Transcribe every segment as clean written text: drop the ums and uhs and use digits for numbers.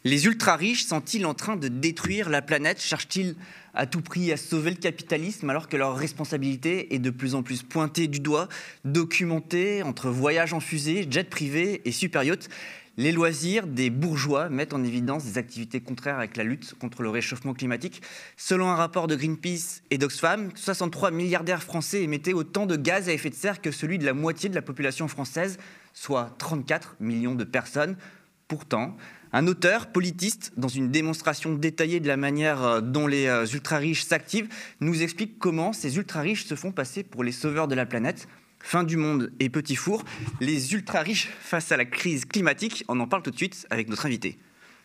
Les ultra-riches sont-ils en train de détruire la planète? Cherchent-ils à tout prix à sauver le capitalisme alors que leur responsabilité est de plus en plus pointée du doigt, documentée entre voyages en fusée, jets privés et super yachts? Les loisirs des bourgeois mettent en évidence des activités contraires avec la lutte contre le réchauffement climatique. Selon un rapport de Greenpeace et d'Oxfam, 63 milliardaires français émettaient autant de gaz à effet de serre que celui de la moitié de la population française, soit 34 millions de personnes. Pourtant, un auteur politiste, dans une démonstration détaillée de la manière dont les ultra-riches s'activent, nous explique comment ces ultra-riches se font passer pour les sauveurs de la planète. Fin du monde et petit four, les ultra-riches face à la crise climatique, on en parle tout de suite avec notre invité.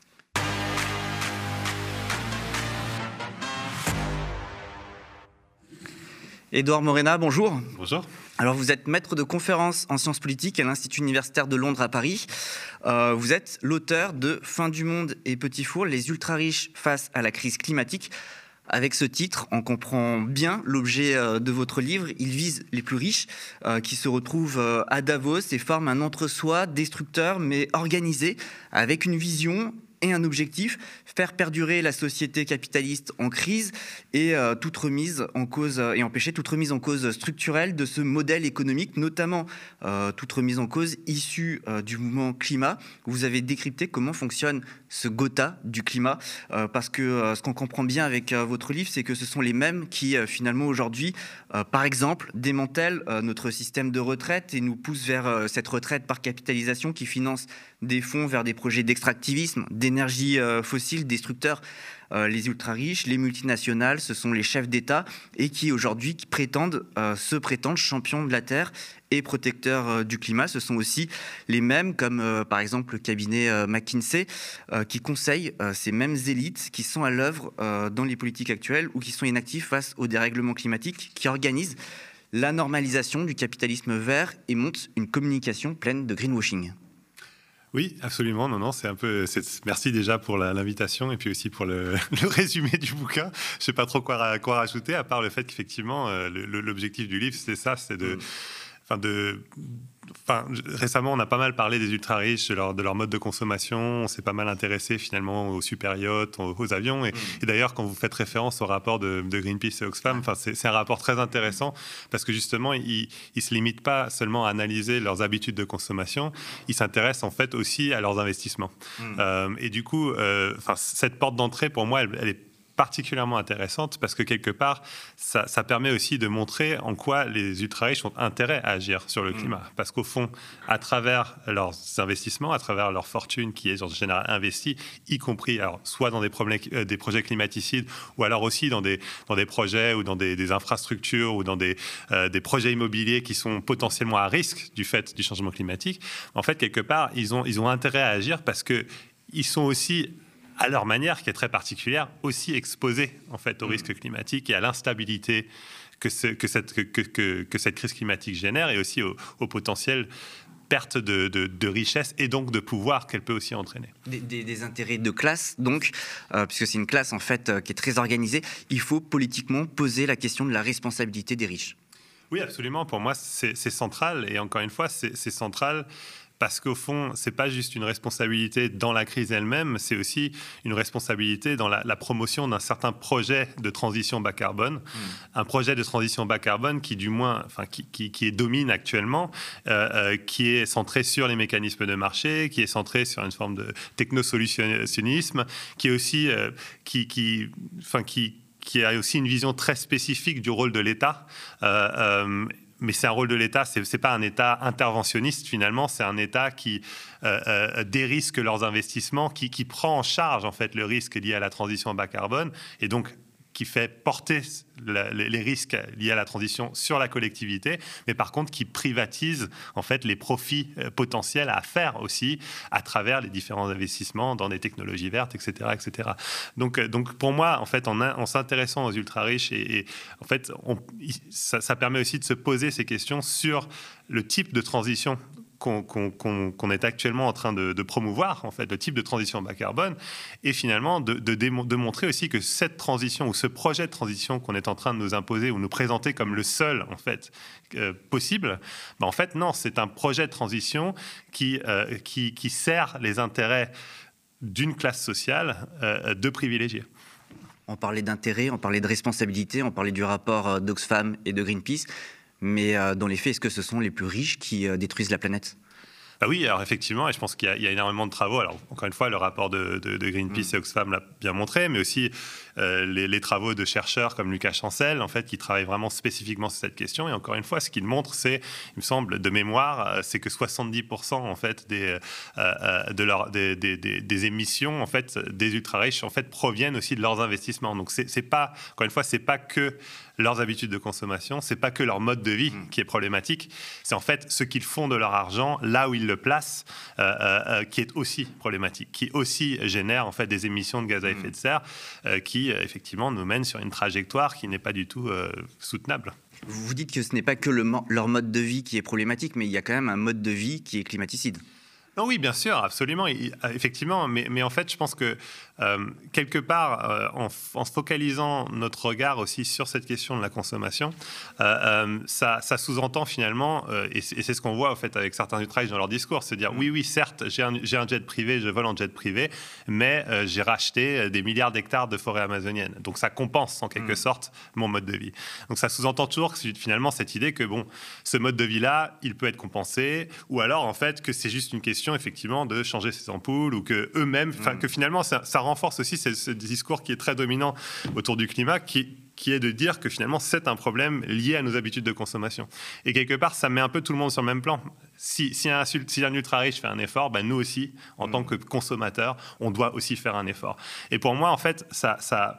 Édouard Morena, bonjour. Bonjour. Alors vous êtes maître de conférences en sciences politiques à l'Institut universitaire de Londres à Paris. Vous êtes l'auteur de Fin du monde et petit four, les ultra-riches face à la crise climatique. Avec ce titre, on comprend bien l'objet de votre livre. Il vise les plus riches qui se retrouvent à Davos et forment un entre-soi destructeur mais organisé avec une vision et un objectif, faire perdurer la société capitaliste en crise et toute remise en cause et empêcher toute remise en cause structurelle de ce modèle économique, notamment toute remise en cause issue du mouvement climat. Vous avez décrypté comment fonctionne ce Gotha du climat, parce que ce qu'on comprend bien avec votre livre, c'est que ce sont les mêmes qui finalement aujourd'hui, par exemple, démantèlent notre système de retraite et nous poussent vers cette retraite par capitalisation qui finance des fonds vers des projets d'extractivisme, d'énergie fossile, destructeurs. Les ultra-riches, les multinationales, ce sont les chefs d'État et qui aujourd'hui se prétendent champions de la Terre et protecteurs du climat. Ce sont aussi les mêmes, comme par exemple le cabinet McKinsey, qui conseillent ces mêmes élites qui sont à l'œuvre dans les politiques actuelles ou qui sont inactifs face au dérèglement climatique, qui organisent la normalisation du capitalisme vert et montent une communication pleine de greenwashing. Oui, absolument. Non, c'est un peu. Merci déjà pour l'invitation et puis aussi pour le résumé du bouquin. Je sais pas trop quoi rajouter à part le fait qu'effectivement l'objectif du livre c'est ça, c'est récemment, on a pas mal parlé des ultra-riches, de leur mode de consommation. On s'est pas mal intéressé finalement aux super yachts, aux avions. Et d'ailleurs, quand vous faites référence au rapport de Greenpeace et Oxfam, c'est un rapport très intéressant parce que justement, ils se limitent pas seulement à analyser leurs habitudes de consommation. Ils s'intéressent en fait aussi à leurs investissements. Et du coup, cette porte d'entrée, pour moi, elle est particulièrement intéressante parce que quelque part, ça permet aussi de montrer en quoi les ultra-riches ont intérêt à agir sur le climat. Parce qu'au fond, à travers leurs investissements, à travers leur fortune qui est en général investie, y compris alors, soit dans des projets climaticides ou alors aussi dans des projets ou dans des infrastructures ou dans des projets immobiliers qui sont potentiellement à risque du fait du changement climatique, en fait, quelque part, ils ont intérêt à agir parce qu'ils sont aussi à leur manière, qui est très particulière, aussi exposés en fait, au risque climatique et à l'instabilité que cette crise climatique génère et aussi au potentiel perte de richesse et donc de pouvoir qu'elle peut aussi entraîner. Des intérêts de classe, donc, puisque c'est une classe en fait qui est très organisée, il faut politiquement poser la question de la responsabilité des riches. Oui, absolument. Pour moi, c'est central. Et encore une fois, c'est central parce qu'au fond, ce n'est pas juste une responsabilité dans la crise elle-même, c'est aussi une responsabilité dans la promotion d'un certain projet de transition bas carbone. Un projet de transition bas carbone qui, du moins, qui domine actuellement, qui est centré sur les mécanismes de marché, qui est centré sur une forme de technosolutionnisme, qui est aussi... qui a aussi une vision très spécifique du rôle de l'État. Mais c'est un rôle de l'État, c'est pas un État interventionniste finalement, c'est un État qui dérisque leurs investissements, qui prend en charge en fait le risque lié à la transition bas carbone et donc qui fait porter les risques liés à la transition sur la collectivité, mais par contre qui privatise en fait les profits potentiels à faire aussi à travers les différents investissements dans des technologies vertes, etc., etc. Donc pour moi, en fait, en s'intéressant aux ultra-riches, et en fait, ça permet aussi de se poser ces questions sur le type de transition qu'on est actuellement en train de promouvoir, en fait, le type de transition bas carbone, et finalement de montrer aussi que cette transition ou ce projet de transition qu'on est en train de nous imposer ou nous présenter comme le seul, en fait, possible, en fait, non, c'est un projet de transition qui sert les intérêts d'une classe sociale de privilégiés. On parlait d'intérêt, on parlait de responsabilité, on parlait du rapport d'Oxfam et de Greenpeace, mais dans les faits, est-ce que ce sont les plus riches qui détruisent la planète ? Ah oui, alors effectivement, et je pense qu'il y a énormément de travaux. Alors, encore une fois, le rapport de Greenpeace et Oxfam l'a bien montré, mais aussi les travaux de chercheurs comme Lucas Chancel, en fait, qui travaillent vraiment spécifiquement sur cette question. Et encore une fois, ce qu'ils montrent, c'est, il me semble, de mémoire, c'est que 70% en fait des émissions en fait des ultra riches en fait proviennent aussi de leurs investissements. Donc c'est pas, encore une fois, c'est pas que leurs habitudes de consommation, c'est pas que leur mode de vie qui est problématique, c'est en fait ce qu'ils font de leur argent, là où ils le placent, qui est aussi problématique, qui aussi génère en fait des émissions de gaz à effet de serre, qui effectivement nous mènent sur une trajectoire qui n'est pas du tout soutenable. Vous dites que ce n'est pas que leur mode de vie qui est problématique, mais il y a quand même un mode de vie qui est climaticide. Non, oui, bien sûr, absolument, effectivement, mais en fait, je pense que quelque part, en focalisant notre regard aussi sur cette question de la consommation, ça sous-entend finalement, et c'est ce qu'on voit en fait avec certains ultra-riches dans leur discours, c'est dire oui, certes, j'ai un jet privé, je vole en jet privé, mais j'ai racheté des milliards d'hectares de forêt amazonienne, donc ça compense en quelque sorte mon mode de vie. Donc ça sous-entend toujours finalement cette idée que bon, ce mode de vie-là, il peut être compensé, ou alors en fait que c'est juste une question effectivement de changer ses ampoules, ou que eux-mêmes, que finalement ça renforce aussi ce discours qui est très dominant autour du climat, qui est de dire que finalement c'est un problème lié à nos habitudes de consommation. Et quelque part, ça met un peu tout le monde sur le même plan. Si un ultra-riche fait un effort, nous aussi, en tant que consommateurs, on doit aussi faire un effort. Et pour moi, en fait, ça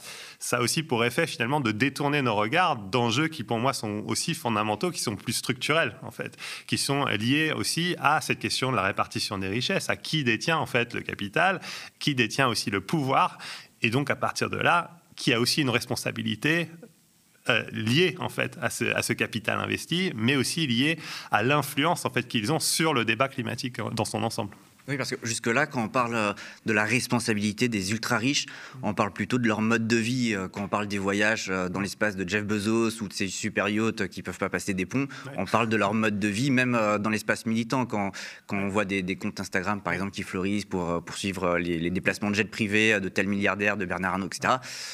a aussi pour effet finalement de détourner nos regards d'enjeux qui pour moi sont aussi fondamentaux, qui sont plus structurels en fait, qui sont liés aussi à cette question de la répartition des richesses, à qui détient en fait le capital, qui détient aussi le pouvoir, et donc à partir de là, qui a aussi une responsabilité liée en fait à ce capital investi, mais aussi liée à l'influence en fait qu'ils ont sur le débat climatique dans son ensemble. Oui, parce que jusque-là, quand on parle de la responsabilité des ultra-riches, on parle plutôt de leur mode de vie. Quand on parle des voyages dans l'espace de Jeff Bezos ou de ces super yachts qui ne peuvent pas passer des ponts, on parle de leur mode de vie, même dans l'espace militant. Quand on voit des comptes Instagram, par exemple, qui fleurissent pour suivre les déplacements de jets privés de tel milliardaire, de Bernard Arnault, etc.,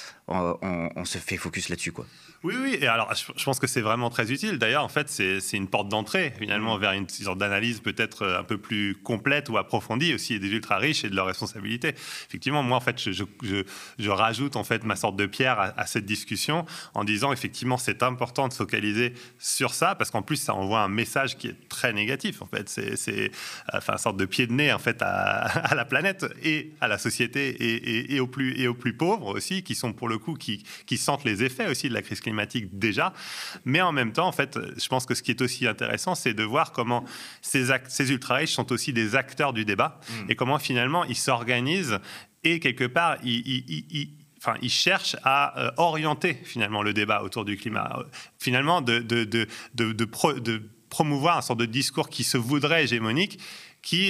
on se fait focus là-dessus, quoi. Oui, et alors je pense que c'est vraiment très utile. D'ailleurs, en fait, c'est une porte d'entrée, finalement, vers une sorte d'analyse peut-être un peu plus complète ou approfondie aussi des ultra-riches et de leurs responsabilités. Effectivement, moi, en fait, je rajoute en fait ma sorte de pierre à cette discussion en disant, effectivement, c'est important de se focaliser sur ça, parce qu'en plus, ça envoie un message qui est très négatif, en fait. C'est une sorte de pied de nez, en fait, à la planète et à la société et aux plus pauvres aussi, qui sont, pour le coup, qui sentent les effets aussi de la crise climatique déjà, mais en même temps, en fait, je pense que ce qui est aussi intéressant, c'est de voir comment ces ultra-riches sont aussi des acteurs du débat et comment finalement ils s'organisent et quelque part ils cherchent à orienter finalement le débat autour du climat, finalement de promouvoir un sorte de discours qui se voudrait hégémonique, qui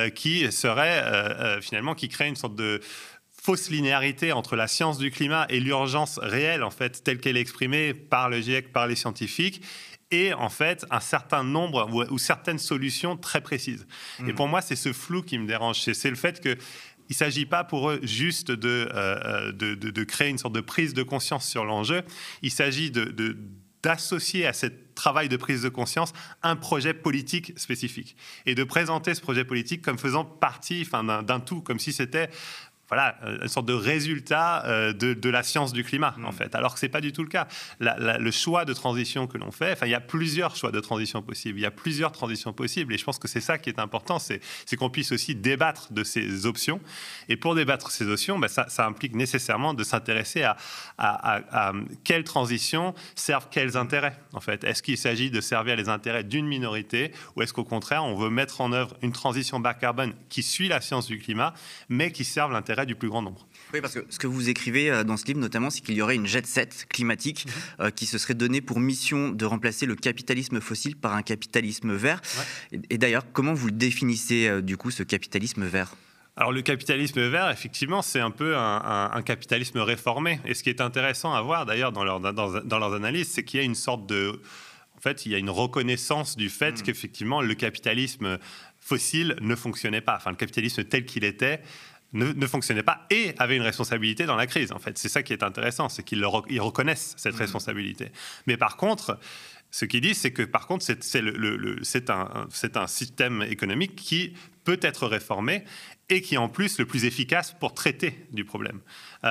serait finalement, qui crée une sorte de fausse linéarité entre la science du climat et l'urgence réelle, en fait, telle qu'elle est exprimée par le GIEC, par les scientifiques, et en fait un certain nombre ou certaines solutions très précises. Et pour moi, c'est ce flou qui me dérange. C'est le fait que il ne s'agit pas pour eux juste de créer une sorte de prise de conscience sur l'enjeu. Il s'agit d'associer à ce travail de prise de conscience un projet politique spécifique et de présenter ce projet politique comme faisant partie d'un tout, comme si c'était une sorte de résultat de la science du climat, en fait, alors que ce n'est pas du tout le cas. Le choix de transition que l'on fait, il y a plusieurs choix de transition possibles, il y a plusieurs transitions possibles, et je pense que c'est ça qui est important, c'est qu'on puisse aussi débattre de ces options, et pour débattre de ces options, ça implique nécessairement de s'intéresser à quelles transitions servent quels intérêts, en fait. Est-ce qu'il s'agit de servir les intérêts d'une minorité, ou est-ce qu'au contraire, on veut mettre en œuvre une transition bas carbone qui suit la science du climat, mais qui serve l'intérêt du plus grand nombre. Oui, parce que ce que vous écrivez dans ce livre, notamment, c'est qu'il y aurait une jet set climatique qui se serait donnée pour mission de remplacer le capitalisme fossile par un capitalisme vert. Ouais. Et d'ailleurs, comment vous le définissez, du coup, ce capitalisme vert ? Alors le capitalisme vert, effectivement, c'est un peu un capitalisme réformé. Et ce qui est intéressant à voir, d'ailleurs, dans leurs analyses, c'est qu'il y a une sorte de... En fait, il y a une reconnaissance du fait qu'effectivement, le capitalisme fossile ne fonctionnait pas. Enfin, le capitalisme tel qu'il était ne fonctionnait pas et avait une responsabilité dans la crise. En fait, c'est ça qui est intéressant, c'est qu'ils reconnaissent cette responsabilité. Mais par contre, ce qu'ils disent, c'est que par contre, c'est un système économique qui peut être réformé et qui est en plus le plus efficace pour traiter du problème.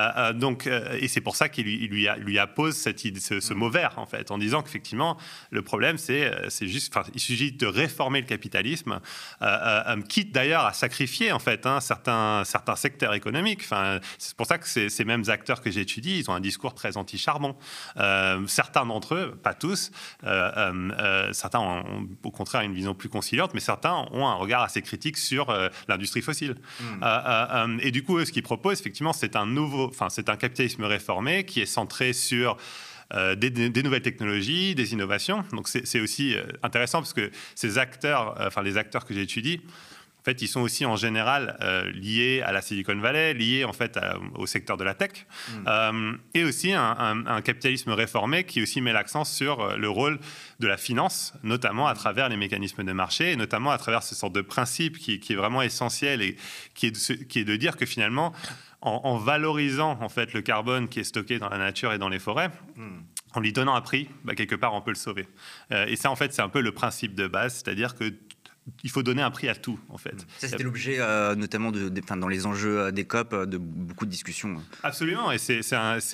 Et c'est pour ça qu'il lui appose ce mot vert, en fait, en disant qu'effectivement, le problème, c'est juste, il suffit de réformer le capitalisme, quitte d'ailleurs à sacrifier, en fait, certains secteurs économiques. C'est pour ça que ces mêmes acteurs que j'étudie, ils ont un discours très anti-charbon. Certains d'entre eux, pas tous, certains ont au contraire une vision plus conciliante, mais certains ont un regard assez critique sur l'industrie fossile. Et du coup, ce qu'ils proposent, effectivement, c'est un capitalisme réformé qui est centré sur des nouvelles technologies, des innovations. Donc c'est aussi intéressant parce que ces acteurs, les acteurs que j'étudie, en fait, ils sont aussi en général liés à la Silicon Valley, liés en fait au secteur de la tech, et aussi un capitalisme réformé qui aussi met l'accent sur le rôle de la finance, notamment à travers les mécanismes de marché, et notamment à travers ce sorte de principe qui est vraiment essentiel et qui est de dire que finalement, en valorisant en fait le carbone qui est stocké dans la nature et dans les forêts, en lui donnant un prix, quelque part on peut le sauver. Et ça en fait c'est un peu le principe de base, c'est-à-dire que il faut donner un prix à tout, en fait. Ça, c'était l'objet, notamment, dans les enjeux des COP, de beaucoup de discussions. Absolument, et c'est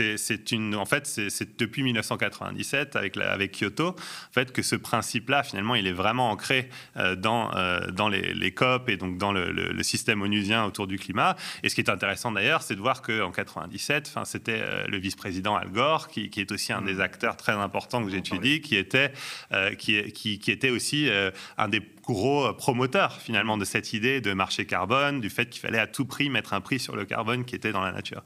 depuis 1997, avec Kyoto, en fait, que ce principe-là, finalement, il est vraiment ancré dans les COP et donc dans le système onusien autour du climat. Et ce qui est intéressant, d'ailleurs, c'est de voir qu'en 1997, c'était le vice-président Al Gore, qui est aussi un des acteurs très importants que j'étudie, qui était aussi un des gros promoteur finalement de cette idée de marché carbone, du fait qu'il fallait à tout prix mettre un prix sur le carbone qui était dans la nature.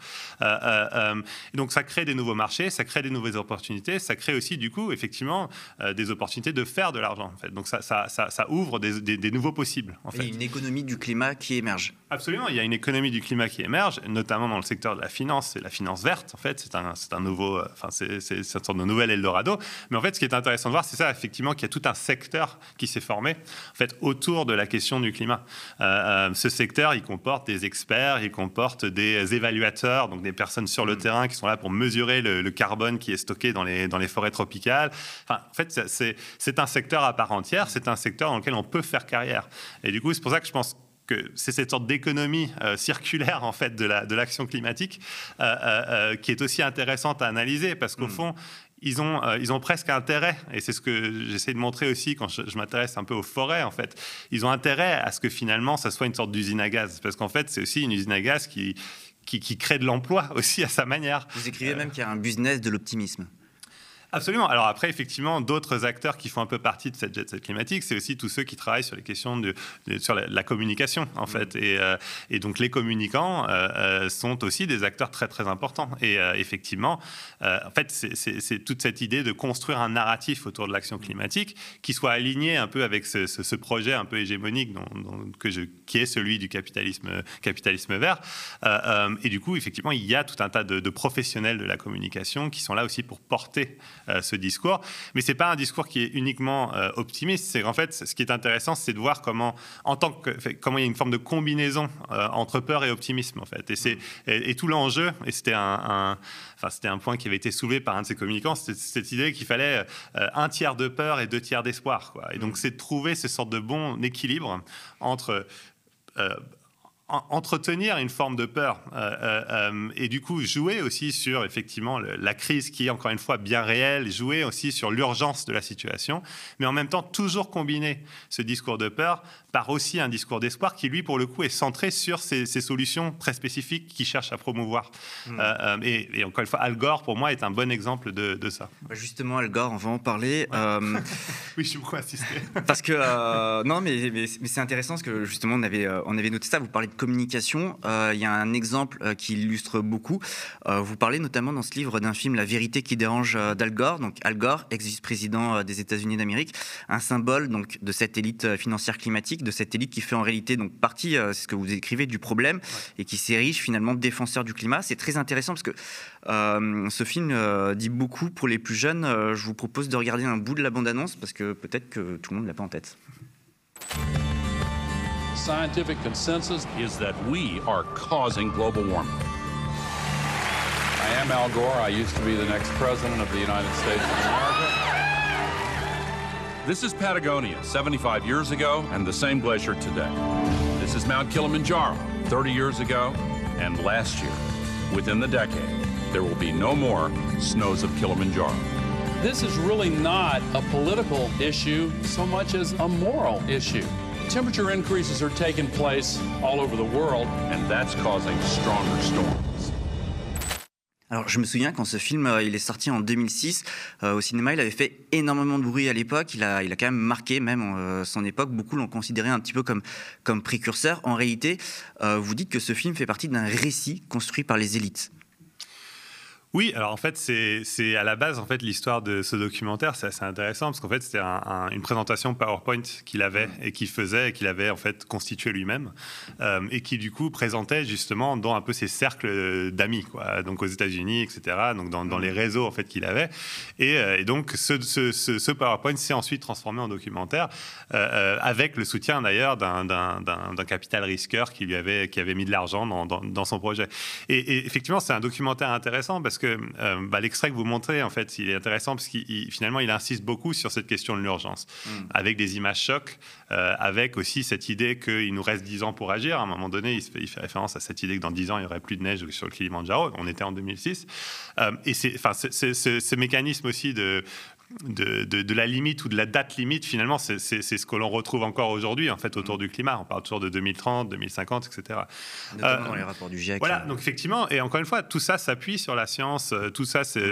Donc ça crée des nouveaux marchés, ça crée des nouvelles opportunités, ça crée aussi du coup effectivement des opportunités de faire de l'argent. En fait. Donc ça ouvre des nouveaux possibles. En fait. Il y a une économie du climat qui émerge. Absolument, il y a une économie du climat qui émerge, notamment dans le secteur de la finance. C'est la finance verte en fait, c'est un nouveau, c'est une sorte de nouvel Eldorado. Mais en fait, ce qui est intéressant de voir, c'est ça effectivement qu'il y a tout un secteur qui s'est formé en fait autour de la question du climat. Ce secteur, il comporte des experts, il comporte des évaluateurs, donc des personnes sur le terrain qui sont là pour mesurer le carbone qui est stocké dans les forêts tropicales. En fait, c'est un secteur à part entière, c'est un secteur dans lequel on peut faire carrière. Et du coup, c'est pour ça que je pense que c'est cette sorte d'économie circulaire en fait de l'action climatique qui est aussi intéressante à analyser parce qu'au fond, ils ont presque intérêt, et c'est ce que j'essaie de montrer aussi quand je m'intéresse un peu aux forêts, en fait. Ils ont intérêt à ce que finalement, ça soit une sorte d'usine à gaz, parce qu'en fait, c'est aussi une usine à gaz qui crée de l'emploi aussi à sa manière. Vous écrivez même qu'il y a un business de l'optimisme. Absolument. Alors après, effectivement, d'autres acteurs qui font un peu partie de cette jet set climatique, c'est aussi tous ceux qui travaillent sur les questions sur la communication, en fait. Et donc, les communicants sont aussi des acteurs très, très importants. Et effectivement, en fait, c'est toute cette idée de construire un narratif autour de l'action climatique qui soit aligné un peu avec ce projet un peu hégémonique qui est celui du capitalisme vert. Et du coup, effectivement, il y a tout un tas de professionnels de la communication qui sont là aussi pour porter ce discours, mais c'est pas un discours qui est uniquement optimiste. C'est en fait ce qui est intéressant, c'est de voir comment il y a une forme de combinaison entre peur et optimisme en fait. Et tout l'enjeu, et c'était un point qui avait été soulevé par un de ses communicants, c'était cette idée qu'il fallait un tiers de peur et 2 tiers d'espoir, quoi. Et donc c'est de trouver ce sorte de bon équilibre entre entretenir une forme de peur et du coup jouer aussi sur effectivement la crise qui est encore une fois bien réelle, jouer aussi sur l'urgence de la situation, mais en même temps toujours combiner ce discours de peur par aussi un discours d'espoir qui lui pour le coup est centré sur ces solutions très spécifiques qu'il cherche à promouvoir. Et encore une fois, Al Gore pour moi est un bon exemple de ça. Justement, Al Gore, on va en parler. Oui, je suis beaucoup insisté. Parce que non, mais c'est intéressant parce que justement on avait noté ça. Vous parlez de communication. Il y a un exemple qui illustre beaucoup. Vous parlez notamment dans ce livre d'un film La vérité qui dérange d'Al Gore. Donc Al Gore, ex-vice-président des États-Unis d'Amérique, un symbole donc de cette élite financière climatique, de cette élite qui fait en réalité donc partie, c'est ce que vous écrivez, du problème et qui s'érige finalement défenseur du climat. C'est très intéressant parce que ce film dit beaucoup pour les plus jeunes. Je vous propose de regarder un bout de la bande-annonce parce que peut-être que tout le monde l'a pas en tête. scientific consensus is that we are causing global warming. I am Al Gore. I used to be the next president of the United States of America. This is Patagonia 75 years ago and the same glacier today. This is Mount Kilimanjaro 30 years ago and last year. Within the decade, there will be no more snows of Kilimanjaro. This is really not a political issue so much as a moral issue. Temperature increases are taking place all over the world, and that's causing stronger storms. Alors, je me souviens quand ce film il est sorti en 2006 au cinéma, il avait fait énormément de bruit à l'époque. Il a quand même marqué même son époque. Beaucoup l'ont considéré un petit peu comme précurseur. En réalité, vous dites que ce film fait partie d'un récit construit par les élites. Oui, alors en fait, c'est à la base, en fait, l'histoire de ce documentaire, c'est assez intéressant parce qu'en fait, c'était une présentation PowerPoint qu'il avait et qu'il avait en fait constitué lui-même et qui du coup présentait justement dans un peu ses cercles d'amis, quoi, donc aux États-Unis, etc. Donc dans les réseaux en fait qu'il avait et donc ce PowerPoint s'est ensuite transformé en documentaire avec le soutien d'ailleurs d'un capital risqueur qui avait mis de l'argent dans son projet. Et effectivement, c'est un documentaire intéressant parce que l'extrait que vous montrez, en fait, il est intéressant parce finalement, il insiste beaucoup sur cette question de l'urgence, avec des images chocs, avec aussi cette idée qu'il nous reste 10 ans pour agir. À un moment donné, il fait référence à cette idée que dans 10 ans, il n'y aurait plus de neige sur le Kilimanjaro. On était en 2006. Et ce mécanisme aussi de la limite ou de la date limite, finalement, c'est ce que l'on retrouve encore aujourd'hui, en fait, autour du climat. On parle toujours de 2030, 2050, etc. Notamment dans les rapports du GIEC. Voilà, donc effectivement, et encore une fois, tout ça s'appuie sur la science, tout ça, il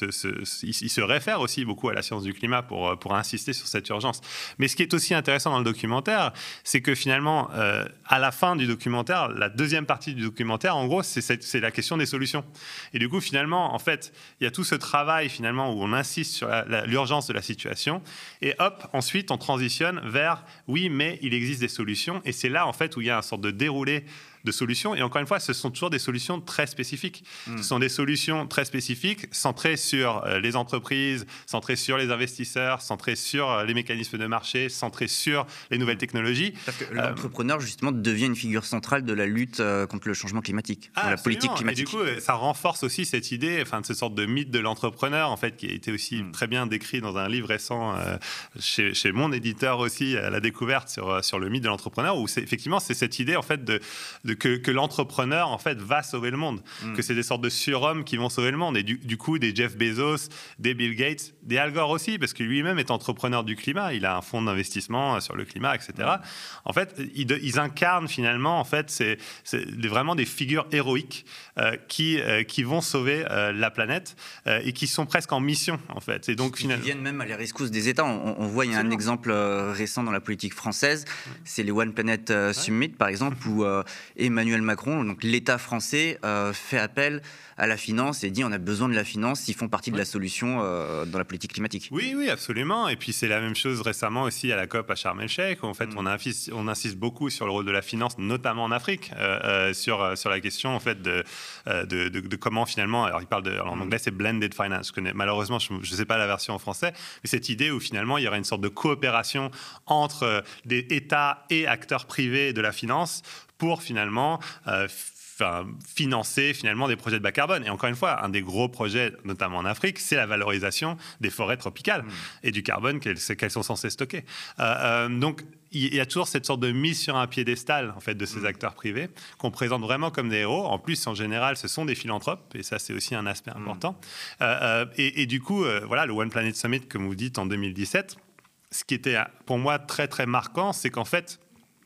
se réfère aussi beaucoup à la science du climat pour insister sur cette urgence. Mais ce qui est aussi intéressant dans le documentaire, c'est que finalement, à la fin du documentaire, la deuxième partie du documentaire, en gros, c'est la question des solutions. Et du coup, finalement, en fait, il y a tout ce travail, finalement, où on insiste sur l'urgence de la situation. Et hop, ensuite, on transitionne vers oui, mais il existe des solutions. Et c'est là, en fait, où il y a une sorte de déroulé de solutions. Et encore une fois, ce sont toujours des solutions très spécifiques. Ce sont des solutions très spécifiques, centrées sur les entreprises, centrées sur les investisseurs, centrées sur les mécanismes de marché, centrées sur les nouvelles technologies. Parce que l'entrepreneur, justement, devient une figure centrale de la lutte contre le changement climatique, de la politique climatique. Et du coup, ça renforce aussi cette idée, enfin, de cette sorte de mythe de l'entrepreneur, en fait, qui a été aussi très bien décrit dans un livre récent chez mon éditeur aussi, à la découverte sur le mythe de l'entrepreneur, où effectivement, c'est cette idée, en fait, que l'entrepreneur, en fait, va sauver le monde, que c'est des sortes de surhommes qui vont sauver le monde. Et du coup, des Jeff Bezos, des Bill Gates, des Al Gore aussi, parce que lui-même est entrepreneur du climat. Il a un fonds d'investissement sur le climat, etc. En fait, ils incarnent finalement, en fait, c'est vraiment des figures héroïques qui vont sauver la planète et qui sont presque en mission, en fait. Et donc, finalement, ils viennent même à la rescousse des États. On voit, il y a un exemple récent dans la politique française, c'est les One Planet Summit, par exemple, où Emmanuel Macron, donc l'État français, fait appel à la finance et dit on a besoin de la finance, ils font partie de la solution dans la politique climatique. Oui, absolument. Et puis c'est la même chose récemment aussi à la COP à Sharm el-Sheikh, où en fait on insiste beaucoup sur le rôle de la finance, notamment en Afrique, sur la question en fait de comment finalement, alors il parle en anglais c'est blended finance, malheureusement je ne sais pas la version en français, mais cette idée où finalement il y aurait une sorte de coopération entre des États et acteurs privés de la finance pour finalement financer finalement des projets de bas carbone. Et encore une fois, un des gros projets, notamment en Afrique, c'est la valorisation des forêts tropicales et du carbone qu'elles sont censées stocker. Donc, il y a toujours cette sorte de mise sur un piédestal en fait, de ces acteurs privés qu'on présente vraiment comme des héros. En plus, en général, ce sont des philanthropes, et ça, c'est aussi un aspect important. Et du coup, voilà, le One Planet Summit, comme vous dites, en 2017, ce qui était pour moi très, très marquant, c'est qu'en fait,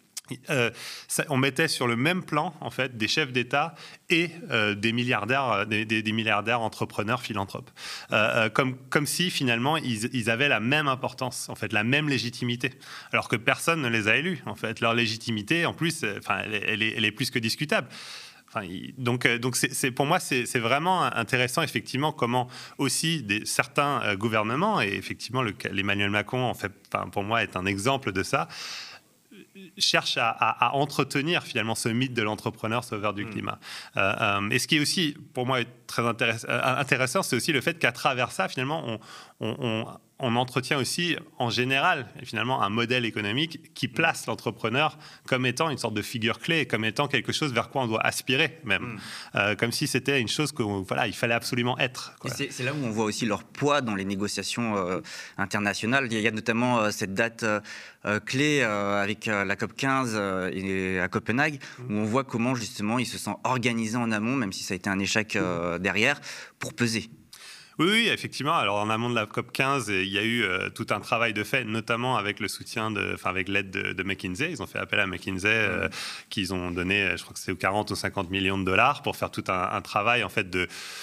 on mettait sur le même plan en fait des chefs d'État et des milliardaires, des milliardaires entrepreneurs philanthropes, comme si finalement ils avaient la même importance, en fait, la même légitimité, alors que personne ne les a élus. En fait, leur légitimité, en plus, elle est plus que discutable. Donc pour moi, c'est vraiment intéressant, effectivement, comment aussi certains gouvernements, et effectivement l'Emmanuel Macron, en fait, pour moi, est un exemple de ça, cherche à entretenir finalement ce mythe de l'entrepreneur sauveur du climat. Et ce qui est aussi, pour moi, très intéressant, c'est aussi le fait qu'à travers ça, finalement, on entretient aussi, en général, finalement, un modèle économique qui place l'entrepreneur comme étant une sorte de figure clé, comme étant quelque chose vers quoi on doit aspirer, même. Comme si c'était une chose il fallait absolument être. Quoi. C'est là où on voit aussi leur poids dans les négociations internationales. Il y a notamment cette date clé avec la COP15 à Copenhague, où on voit comment, justement, ils se sont organisés en amont, même si ça a été un échec derrière, pour peser. Oui, effectivement. Alors, en amont de la COP15, il y a eu tout un travail de fait, notamment avec le soutien, avec l'aide de McKinsey. Ils ont fait appel à McKinsey, qu'ils ont donné, je crois que c'est 40 ou 50 millions de dollars pour faire tout un travail, en fait,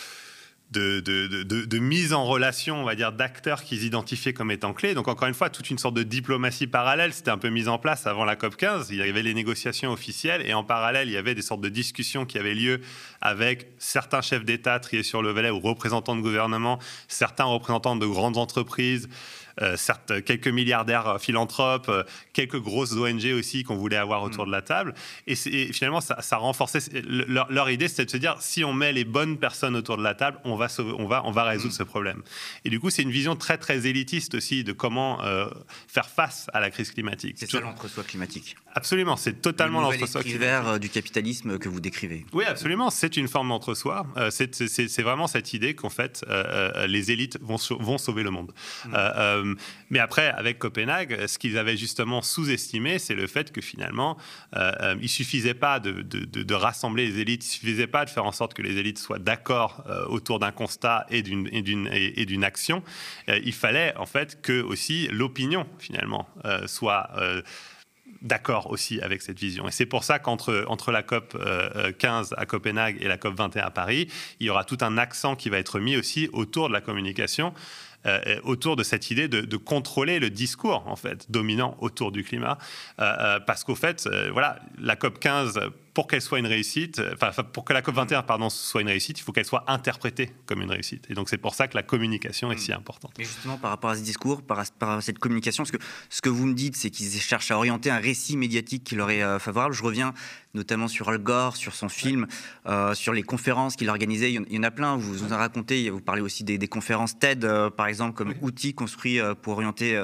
de mise en relation, on va dire, d'acteurs qu'ils identifiaient comme étant clés. Donc, encore une fois, toute une sorte de diplomatie parallèle s'était un peu mise en place avant la COP15. Il y avait les négociations officielles et en parallèle, il y avait des sortes de discussions qui avaient lieu avec certains chefs d'État triés sur le volet ou représentants de gouvernement, certains représentants de grandes entreprises, certes, quelques milliardaires philanthropes, quelques grosses ONG aussi qu'on voulait avoir autour de la table. Et finalement, ça renforçait... Leur idée, c'était de se dire, si on met les bonnes personnes autour de la table, on va résoudre ce problème. Et du coup, c'est une vision très, très élitiste aussi de comment faire face à la crise climatique. C'est ça l'entre-soi climatique. Absolument, c'est totalement l'entre-soi climatique. Le nouvel vert du capitalisme que vous décrivez. Oui, absolument, c'est une forme d'entre-soi. C'est vraiment cette idée qu'en fait, les élites vont sauver le monde. Mais après, avec Copenhague, ce qu'ils avaient justement sous-estimé, c'est le fait que finalement, il ne suffisait pas de rassembler les élites, il ne suffisait pas de faire en sorte que les élites soient d'accord autour d'un constat et d'une action. Il fallait en fait que aussi l'opinion, finalement, soit... d'accord aussi avec cette vision. Et c'est pour ça qu'entre la COP 15 à Copenhague et la COP 21 à Paris, il y aura tout un accent qui va être mis aussi autour de la communication, autour de cette idée de contrôler le discours en fait dominant autour du climat, parce qu'au fait, voilà, la COP 15, pour qu'elle soit une réussite, pour que la COP 21 soit une réussite, il faut qu'elle soit interprétée comme une réussite. Et donc c'est pour ça que la communication est si importante. Mais justement, par rapport à ce discours, par rapport à cette communication, parce que ce que vous me dites, c'est qu'ils cherchent à orienter un récit médiatique qui leur est favorable. Je reviens notamment sur Al Gore, sur son film, sur les conférences qu'il organisait. Il y en a plein, vous en avez raconté. Vous parlez aussi des conférences TED, par exemple, comme outil construit pour orienter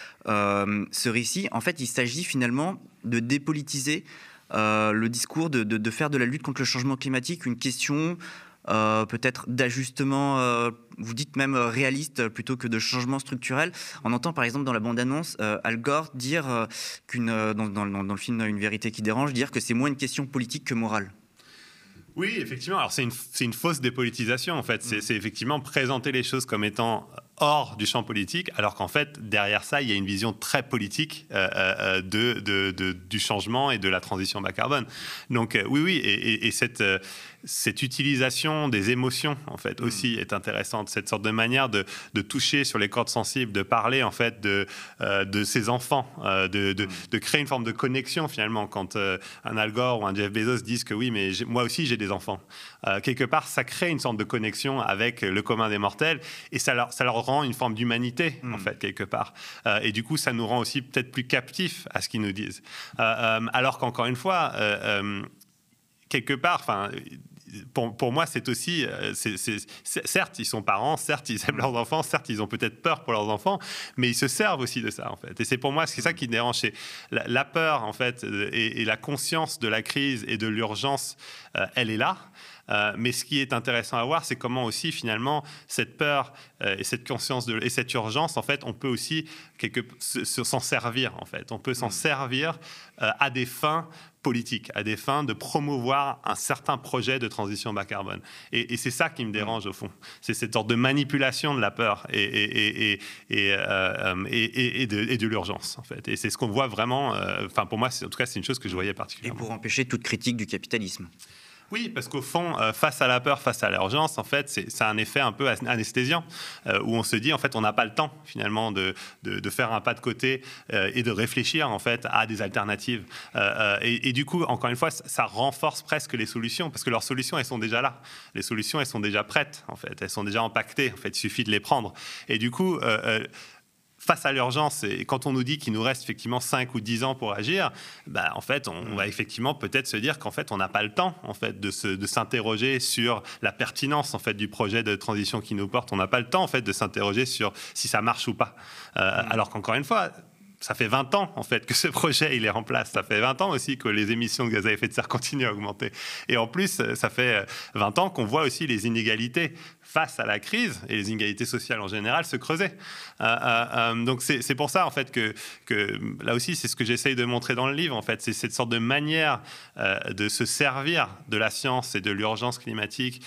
ce récit. En fait, il s'agit finalement de dépolitiser le discours, de faire de la lutte contre le changement climatique une question peut-être d'ajustement, vous dites même réaliste plutôt que de changement structurel. On entend par exemple dans la bande-annonce Al Gore dire dans le film Une vérité qui dérange, dire que c'est moins une question politique que morale. Oui, effectivement. Alors, c'est une fausse dépolitisation, en fait. C'est effectivement présenter les choses comme étant hors du champ politique, alors qu'en fait, derrière ça, il y a une vision très politique du changement et de la transition bas carbone. Donc, oui, et cette utilisation des émotions, en fait, aussi est intéressante. Cette sorte de manière de toucher sur les cordes sensibles, de parler, en fait, de ses enfants, de créer une forme de connexion, finalement, quand un Al Gore ou un Jeff Bezos disent que oui, mais moi aussi, j'ai des enfants. Quelque part, ça crée une sorte de connexion avec le commun des mortels et ça leur rend une forme d'humanité, en fait, quelque part. Et du coup, ça nous rend aussi peut-être plus captifs à ce qu'ils nous disent. Alors qu'encore une fois, quelque part, pour moi, c'est aussi... certes, ils sont parents, certes, ils aiment leurs enfants, certes, ils ont peut-être peur pour leurs enfants, mais ils se servent aussi de ça, en fait. Et c'est pour moi, c'est ça qui me dérange. C'est la peur, en fait, et la conscience de la crise et de l'urgence, elle est là. Mais ce qui est intéressant à voir, c'est comment aussi, finalement, cette peur et cette conscience et cette urgence, en fait, on peut aussi s'en servir, en fait. On peut s'en servir à des fins politiques, à des fins de promouvoir un certain projet de transition bas carbone. Et c'est ça qui me dérange, au fond. C'est cette sorte de manipulation de la peur et de l'urgence, en fait. Et c'est ce qu'on voit vraiment... pour moi, en tout cas, c'est une chose que je voyais particulièrement. Et pour empêcher toute critique du capitalisme. Oui, parce qu'au fond, face à la peur, face à l'urgence, en fait, ça a un effet un peu anesthésiant, où on se dit, en fait, on n'a pas le temps, finalement, de faire un pas de côté et de réfléchir, en fait, à des alternatives. Et du coup, encore une fois, ça renforce presque les solutions, parce que leurs solutions, elles sont déjà là. Les solutions, elles sont déjà prêtes, en fait. Elles sont déjà empaquetées, en fait. Il suffit de les prendre. Et du coup... face à l'urgence, et quand on nous dit qu'il nous reste effectivement 5 ou 10 ans pour agir, en fait, on va effectivement peut-être se dire qu'en fait, on n'a pas le temps en fait, de s'interroger sur la pertinence en fait, du projet de transition qui nous porte. On n'a pas le temps en fait, de s'interroger sur si ça marche ou pas. Alors qu'encore une fois, ça fait 20 ans en fait que ce projet il est en place. Ça fait 20 ans aussi que les émissions de gaz à effet de serre continuent à augmenter. Et en plus, ça fait 20 ans qu'on voit aussi les inégalités face à la crise et les inégalités sociales en général se creuser. Donc c'est pour ça en fait que là aussi c'est ce que j'essaye de montrer dans le livre. En fait, c'est cette sorte de manière de se servir de la science et de l'urgence climatique.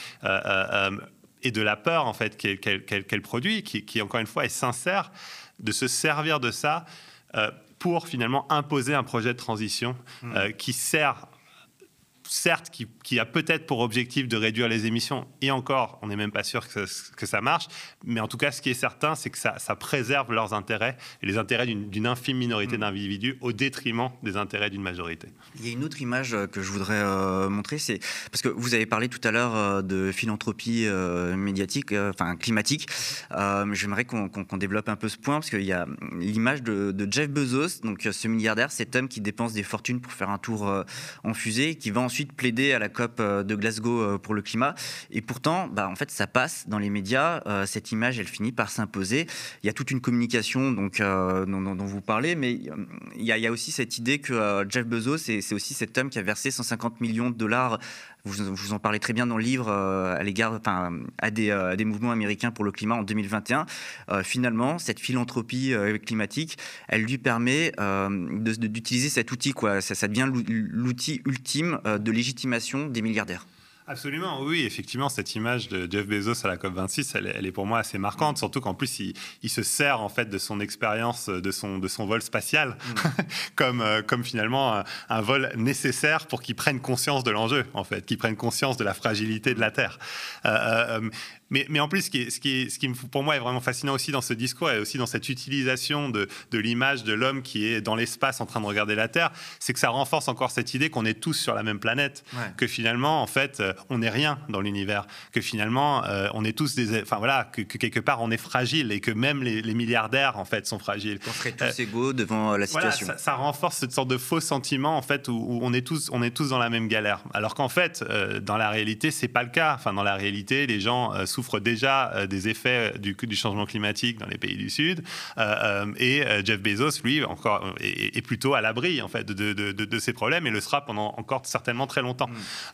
Et de la peur en fait qu'elle produit, qui encore une fois est sincère, de se servir de ça pour finalement imposer un projet de transition qui sert, certes, qui a peut-être pour objectif de réduire les émissions, et encore, on n'est même pas sûr que ça marche, mais en tout cas, ce qui est certain, c'est que ça préserve leurs intérêts, et les intérêts d'une infime minorité d'individus au détriment des intérêts d'une majorité. Il y a une autre image que je voudrais montrer, c'est parce que vous avez parlé tout à l'heure de philanthropie médiatique, climatique. J'aimerais qu'on développe un peu ce point, parce qu'il y a l'image de Jeff Bezos, donc ce milliardaire, cet homme qui dépense des fortunes pour faire un tour en fusée, qui va ensuite plaider à la COP de Glasgow pour le climat. Et pourtant, en fait, ça passe dans les médias. Cette image, elle finit par s'imposer. Il y a toute une communication donc, dont vous parlez, mais il y a aussi cette idée que Jeff Bezos, c'est aussi cet homme qui a versé 150 millions de dollars. Vous en parlez très bien dans le livre à l'égard, à des mouvements américains pour le climat en 2021. Finalement, cette philanthropie climatique, elle lui permet d'utiliser cet outil, quoi. Ça devient l'outil ultime de légitimation des milliardaires. Absolument, oui, effectivement, cette image de Jeff Bezos à la COP26, elle est pour moi assez marquante, surtout qu'en plus, il se sert en fait de son expérience, de son vol spatial, comme finalement un vol nécessaire pour qu'il prenne conscience de l'enjeu, en fait, qu'il prenne conscience de la fragilité de la Terre. Mais en plus, ce qui pour moi est vraiment fascinant aussi dans ce discours et aussi dans cette utilisation de l'image de l'homme qui est dans l'espace en train de regarder la Terre, c'est que ça renforce encore cette idée qu'on est tous sur la même planète, que finalement, en fait, on n'est rien dans l'univers, que finalement, on est tous que quelque part, on est fragile et que même les milliardaires, en fait, sont fragiles. On serait tous égaux devant la situation. Voilà, ça renforce cette sorte de faux sentiment, en fait, où on est tous dans la même galère. Alors qu'en fait, dans la réalité, c'est pas le cas. Enfin, dans la réalité, les gens souffrent déjà des effets du changement climatique dans les pays du Sud, et Jeff Bezos, lui, encore est plutôt à l'abri en fait de ces problèmes et le sera pendant encore certainement très longtemps.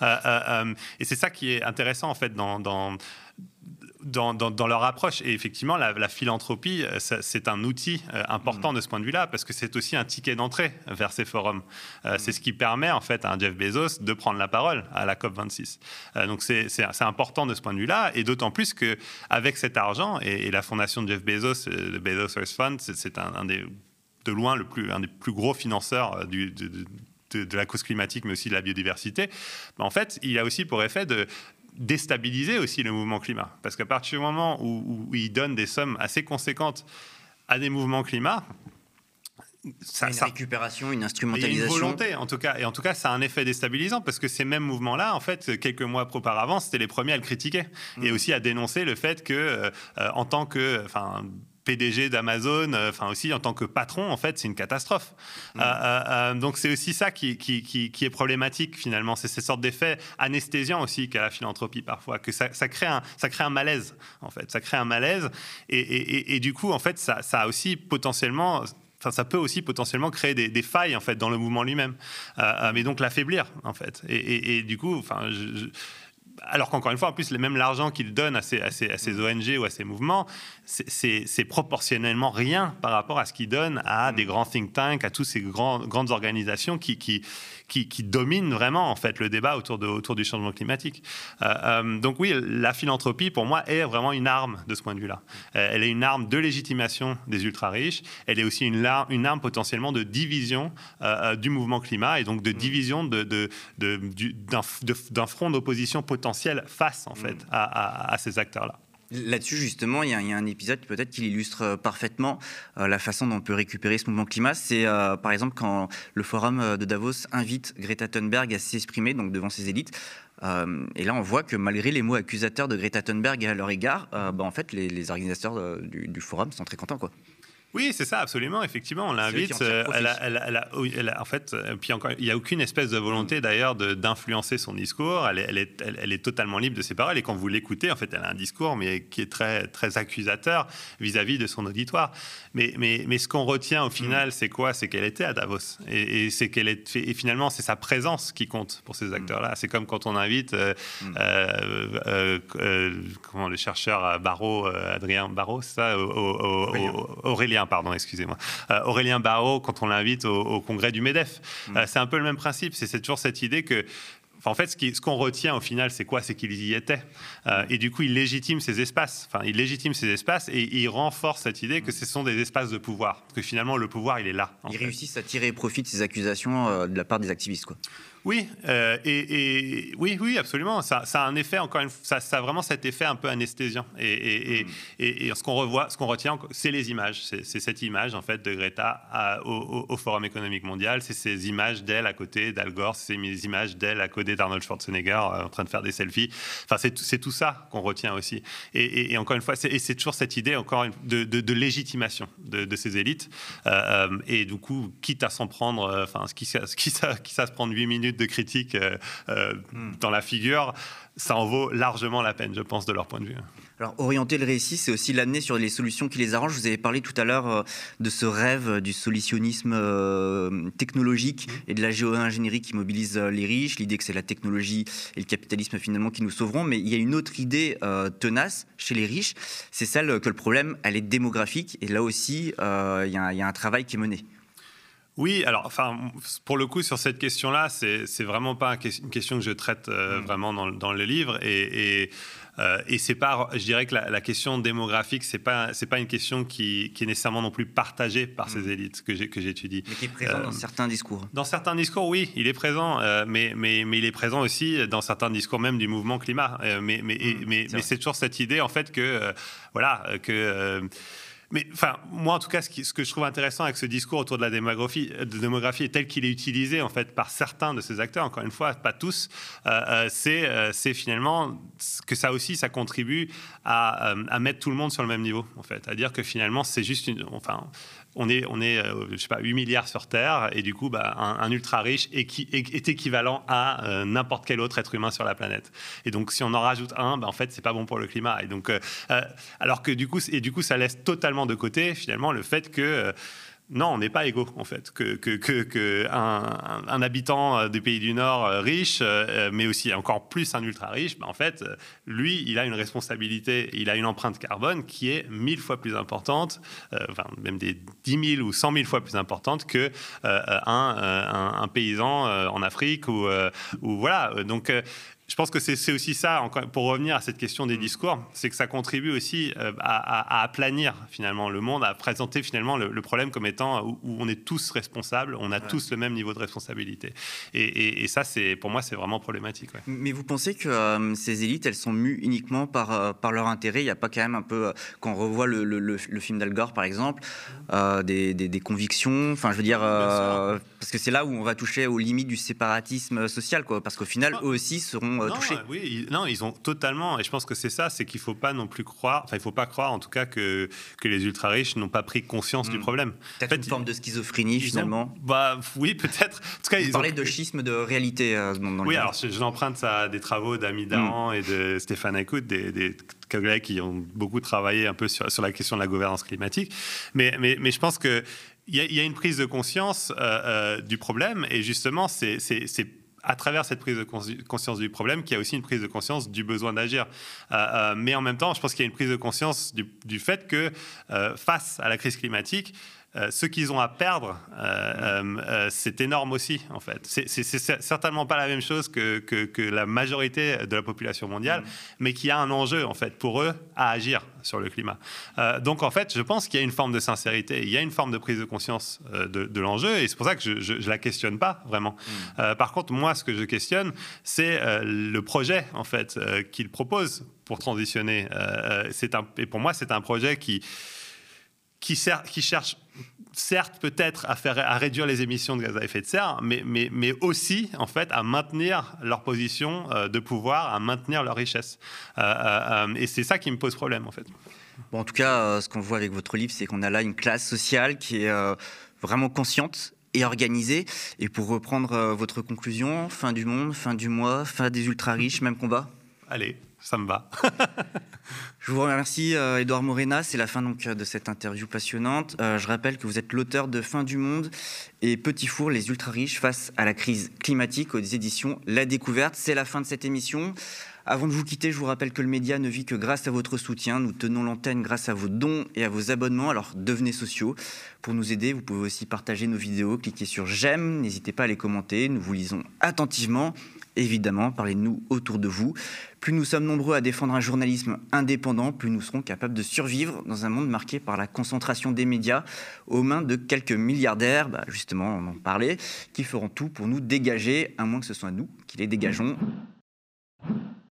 Et c'est ça qui est intéressant en fait dans leur approche. Et effectivement, la philanthropie, c'est un outil important de ce point de vue-là, parce que c'est aussi un ticket d'entrée vers ces forums. C'est ce qui permet, en fait, à un Jeff Bezos de prendre la parole à la COP26. Donc, c'est important de ce point de vue-là, et d'autant plus qu'avec cet argent, et la fondation de Jeff Bezos, le Bezos Earth Fund, c'est de loin un des plus gros financeurs de la cause climatique, mais aussi de la biodiversité. En fait, il a aussi pour effet de déstabiliser aussi le mouvement climat. Parce qu'à partir du moment où il donne des sommes assez conséquentes à des mouvements climat, une récupération, une instrumentalisation. Une volonté, en tout cas. Et en tout cas, ça a un effet déstabilisant, parce que ces mêmes mouvements-là, en fait, quelques mois auparavant, c'était les premiers à le critiquer. Et aussi à dénoncer le fait que, en tant que... PDG d'Amazon, aussi en tant que patron, en fait, c'est une catastrophe. Donc c'est aussi ça qui est problématique finalement, c'est ces sortes d'effets anesthésiants aussi qu'a la philanthropie parfois, que ça crée un malaise en fait, ça crée un malaise et du coup en fait ça a aussi potentiellement. Ça peut aussi potentiellement créer des failles en fait dans le mouvement lui-même, mais donc l'affaiblir en fait. Et du coup, alors qu'encore une fois, en plus, même l'argent qu'il donne à ces ONG ou à ces mouvements, c'est proportionnellement rien par rapport à ce qu'il donne à des grands think tanks, à toutes ces grandes organisations qui dominent vraiment en fait le débat autour du changement climatique. Donc oui, la philanthropie pour moi est vraiment une arme de ce point de vue-là. Elle est une arme de légitimation des ultra-riches. Elle est aussi une arme potentiellement de division du mouvement climat et donc de division d'un front d'opposition potentiel face en fait à ces acteurs-là. Là-dessus, justement, il y a un épisode peut-être qui illustre parfaitement la façon dont on peut récupérer ce mouvement climat. C'est par exemple quand le forum de Davos invite Greta Thunberg à s'exprimer donc devant ses élites. Et là, on voit que malgré les mots accusateurs de Greta Thunberg à leur égard, en fait, les organisateurs du forum sont très contents, quoi. Oui, c'est ça, absolument. Effectivement, on l'invite. En fait, puis encore, il n'y a aucune espèce de volonté d'ailleurs d'influencer son discours. Elle est totalement libre de ses paroles. Et quand vous l'écoutez, en fait, elle a un discours, mais qui est très, très accusateur vis-à-vis de son auditoire. Mais ce qu'on retient au final, c'est quoi? C'est qu'elle était à Davos. Et finalement, c'est sa présence qui compte pour ces acteurs-là. C'est comme quand on invite le chercheur Barraud, Adrien Barraud, c'est ça, Aurélien, pardon, excusez-moi. Aurélien Barraud, quand on l'invite au congrès du MEDEF. C'est un peu le même principe. C'est toujours cette idée que en fait, ce qu'on retient au final, c'est quoi? C'est qu'il y était. Et du coup, il légitime ces espaces. Et il renforce cette idée que ce sont des espaces de pouvoir. Que finalement, le pouvoir, il est là. Ils réussissent à tirer profit de ces accusations de la part des activistes, quoi. Oui, oui, absolument. Ça a un effet, encore une fois, ça a vraiment cet effet un peu anesthésiant. Et ce qu'on retient, c'est les images. C'est cette image, en fait, de Greta au Forum économique mondial. C'est ces images d'elle à côté d'Al Gore. C'est ces images d'elle à côté d'Arnold Schwarzenegger en train de faire des selfies. Enfin, c'est tout ça qu'on retient aussi. Et encore une fois, c'est toujours cette idée de légitimation de ces élites. Et du coup, quitte à s'en prendre, quitte à se prendre 8 minutes de critique dans la figure, ça en vaut largement la peine, je pense, de leur point de vue. Alors, orienter le récit, c'est aussi l'amener sur les solutions qui les arrangent. Vous avez parlé tout à l'heure de ce rêve du solutionnisme technologique et de la géo-ingénierie qui mobilise les riches, l'idée que c'est la technologie et le capitalisme finalement qui nous sauveront. Mais il y a une autre idée tenace chez les riches, c'est celle que le problème, elle est démographique. Et là aussi, il y a un travail qui est mené. Oui, alors, pour le coup, sur cette question-là, c'est vraiment pas une question que je traite vraiment dans le livre. Et c'est pas, je dirais que la question démographique, c'est pas une question qui est nécessairement non plus partagée par ces élites que j'étudie. Mais qui est présent dans certains discours. Dans certains discours, oui, il est présent, mais il est présent aussi dans certains discours même du mouvement climat. Mais c'est toujours cette idée, en fait, mais moi, en tout cas, ce que je trouve intéressant avec ce discours autour de la démographie tel qu'il est utilisé en fait par certains de ces acteurs, encore une fois, pas tous, c'est finalement que ça contribue à mettre tout le monde sur le même niveau, en fait, à dire que finalement c'est juste on est je sais pas, 8 milliards sur Terre, et du coup, un ultra riche est équivalent à n'importe quel autre être humain sur la planète. Et donc, si on en rajoute un, en fait, c'est pas bon pour le climat. Et donc, alors que du coup, ça laisse totalement de côté, finalement, le fait que non, on n'est pas égaux, en fait. Un habitant du pays du Nord riche, mais aussi encore plus un ultra riche, en fait, lui, il a une responsabilité, il a une empreinte carbone qui est 1000 fois plus importante, même des 10 000 ou 100 000 fois plus importante que un paysan en Afrique ou voilà. Donc, je pense que c'est aussi ça, pour revenir à cette question des discours, c'est que ça contribue aussi à aplanir finalement le monde, à présenter finalement le problème comme étant où on est tous responsables, on a tous le même niveau de responsabilité. Et ça, pour moi, c'est vraiment problématique. Ouais. Mais vous pensez que ces élites, elles sont mues uniquement par leur intérêt? Il n'y a pas quand même un peu, quand on revoit le film d'Al Gore, par exemple, des convictions, enfin je veux dire, parce que c'est là où on va toucher aux limites du séparatisme social, quoi, parce qu'au final, eux aussi seront touchés. Ils ont totalement, et je pense que c'est ça, c'est qu'il ne faut pas non plus croire, il ne faut pas croire en tout cas que les ultra-riches n'ont pas pris conscience du problème. Peut-être une forme de schizophrénie finalement. Oui, peut-être. En tout cas, ils parlaient de schisme de réalité dans le livre. Alors je l'emprunte à des travaux d'Ami Dahan et de Stéphane Ecout, des collègues qui ont beaucoup travaillé un peu sur la question de la gouvernance climatique. Mais je pense que il y a une prise de conscience du problème, et justement, c'est à travers cette prise de conscience du problème qu'il y a aussi une prise de conscience du besoin d'agir. Mais en même temps, je pense qu'il y a une prise de conscience du fait que face à la crise climatique, ce qu'ils ont à perdre, c'est énorme aussi, en fait. C'est certainement pas la même chose que la majorité de la population mondiale, mais qui a un enjeu, en fait, pour eux, à agir sur le climat. Donc, en fait, je pense qu'il y a une forme de sincérité, il y a une forme de prise de conscience de l'enjeu, et c'est pour ça que je la questionne pas, vraiment. Par contre, moi, ce que je questionne, c'est le projet, en fait, qu'ils proposent pour transitionner. Et pour moi, c'est un projet qui cherche certes peut-être à réduire les émissions de gaz à effet de serre, mais aussi en fait à maintenir leur position de pouvoir, à maintenir leur richesse. Et c'est ça qui me pose problème en fait. Bon, en tout cas, ce qu'on voit avec votre livre, c'est qu'on a là une classe sociale qui est vraiment consciente et organisée. Et pour reprendre votre conclusion, fin du monde, fin du mois, fin des ultra-riches, même combat? Allez, ça me va. Je vous remercie, Édouard Morena. C'est la fin donc, de cette interview passionnante. Je rappelle que vous êtes l'auteur de Fin du monde et Petit Four, les ultra-riches face à la crise climatique aux éditions La Découverte. C'est la fin de cette émission. Avant de vous quitter, je vous rappelle que le média ne vit que grâce à votre soutien. Nous tenons l'antenne grâce à vos dons et à vos abonnements. Alors devenez sociaux. Pour nous aider, vous pouvez aussi partager nos vidéos, cliquez sur j'aime, n'hésitez pas à les commenter. Nous vous lisons attentivement. Évidemment, parlez-nous autour de vous. Plus nous sommes nombreux à défendre un journalisme indépendant, plus nous serons capables de survivre dans un monde marqué par la concentration des médias aux mains de quelques milliardaires, justement on en parlait, qui feront tout pour nous dégager, à moins que ce soit nous qui les dégageons.